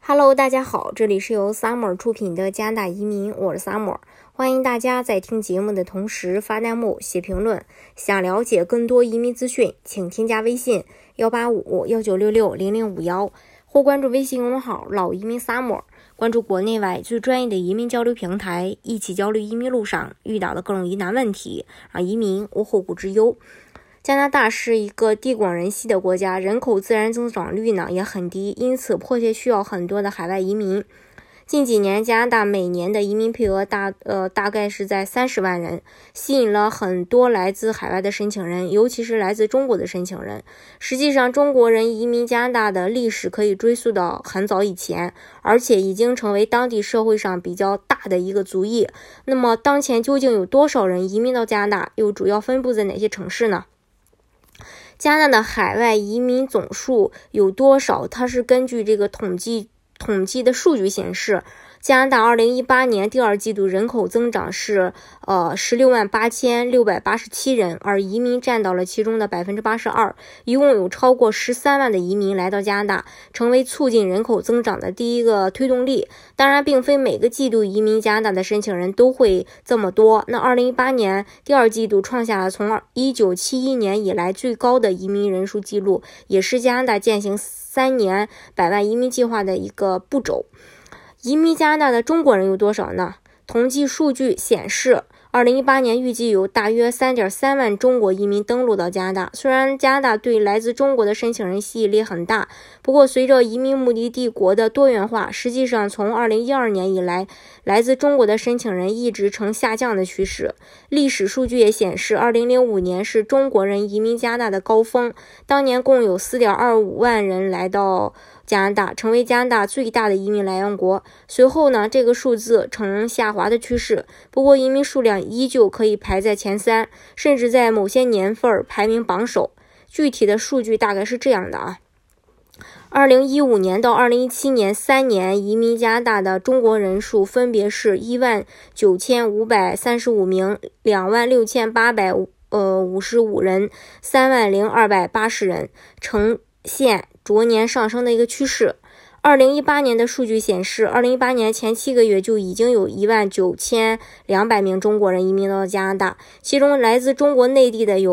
Hello， 大家好，这里是由 Summer 出品的加拿大移民，我是 Summer， 欢迎大家在听节目的同时发弹幕、写评论。想了解更多移民资讯，请添加微信185-1966-0051，或关注微信公众号老移民 Summer， 关注国内外最专业的移民交流平台，一起交流移民路上遇到的各种疑难问题，让移民无后顾之忧。加拿大是一个地广人稀的国家，人口自然增长率呢也很低，因此迫切需要很多的海外移民。近几年，加拿大每年的移民配额大概是在30万人，吸引了很多来自海外的申请人，尤其是来自中国的申请人。实际上，中国人移民加拿大的历史可以追溯到很早以前，而且已经成为当地社会上比较大的一个族裔。那么，当前究竟有多少人移民到加拿大，又主要分布在哪些城市呢？加拿大的海外移民总数有多少？它是根据这个统计的数据显示，加拿大2018年第二季度人口增长是168687人，而移民占到了其中的 82%， 一共有超过13万的移民来到加拿大，成为促进人口增长的第一个推动力。当然，并非每个季度移民加拿大的申请人都会这么多。那2018年第二季度创下了从1971年以来最高的移民人数记录，也是加拿大践行3年100万移民计划的一个步骤。移民加拿大的中国人有多少呢？统计数据显示，2018年预计有大约 3.3 万中国移民登陆到加拿大。虽然加拿大对来自中国的申请人吸引力很大，不过随着移民目的地国的多元化，实际上从2012年以来，来自中国的申请人一直呈下降的趋势。历史数据也显示，2005年是中国人移民加拿大的高峰，当年共有 4.25 万人来到加拿大，成为加拿大最大的移民来源国。随后呢，这个数字呈下滑的趋势，不过移民数量依旧可以排在前3，甚至在某些年份排名榜首。具体的数据大概是这样的啊：2015年到2017年3年，移民加拿大的中国人数分别是19535名、26855人、30280人，呈现逐年上升的一个趋势。2018年的数据显示，2018年前7个月就已经有19200名中国人移民到加拿大，其中来自中国内地的有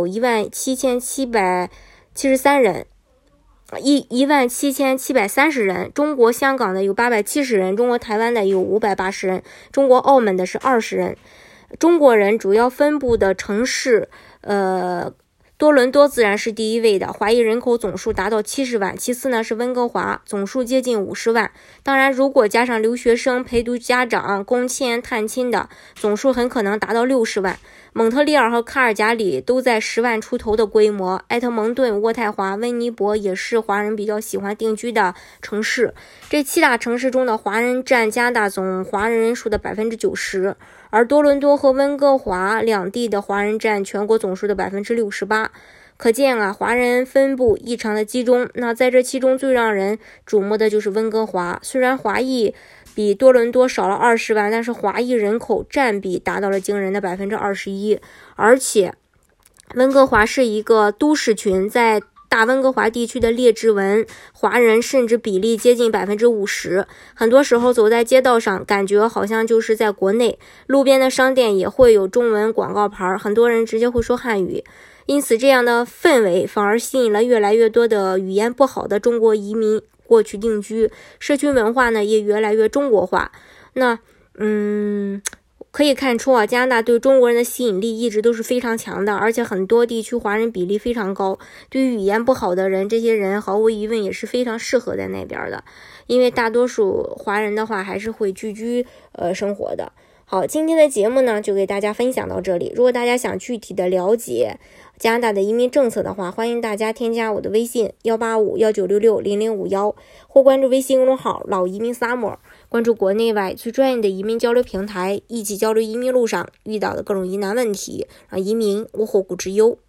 17773人。17730人，中国香港的有870人，中国台湾的有580人，中国澳门的是20人。中国人主要分布的城市，多伦多自然是第一位的，华裔人口总数达到70万，其次呢是温哥华，总数接近50万。当然，如果加上留学生、陪读家长、工签、探亲的，总数很可能达到60万。蒙特利尔和卡尔加里都在10万出头的规模，埃特蒙顿、渥太华、温尼伯也是华人比较喜欢定居的城市。这7大城市中的华人占加拿大总华人人数的 90%， 而多伦多和温哥华两地的华人占全国总数的 68%。可见啊，华人分布异常的集中。那在这其中最让人瞩目的就是温哥华，虽然华裔比多伦多少了20万，但是华裔人口占比达到了惊人的 21%， 而且温哥华是一个都市群，在大温哥华地区的列治文华人甚至比例接近 50%， 很多时候走在街道上，感觉好像就是在国内。路边的商店也会有中文广告牌，很多人直接会说汉语，因此这样的氛围反而吸引了越来越多的语言不好的中国移民过去定居，社区文化呢也越来越中国化。那可以看出啊，加拿大对中国人的吸引力一直都是非常强的，而且很多地区华人比例非常高。对于语言不好的人，这些人毫无疑问也是非常适合在那边的，因为大多数华人的话还是会聚居生活的。好，今天的节目呢就给大家分享到这里。如果大家想具体的了解加拿大的移民政策的话，欢迎大家添加我的微信185-1966-0051，或关注微信公众号老移民 Summer， 关注国内外最专业的移民交流平台，一起交流移民路上遇到的各种疑难问题，让移民无后顾之忧。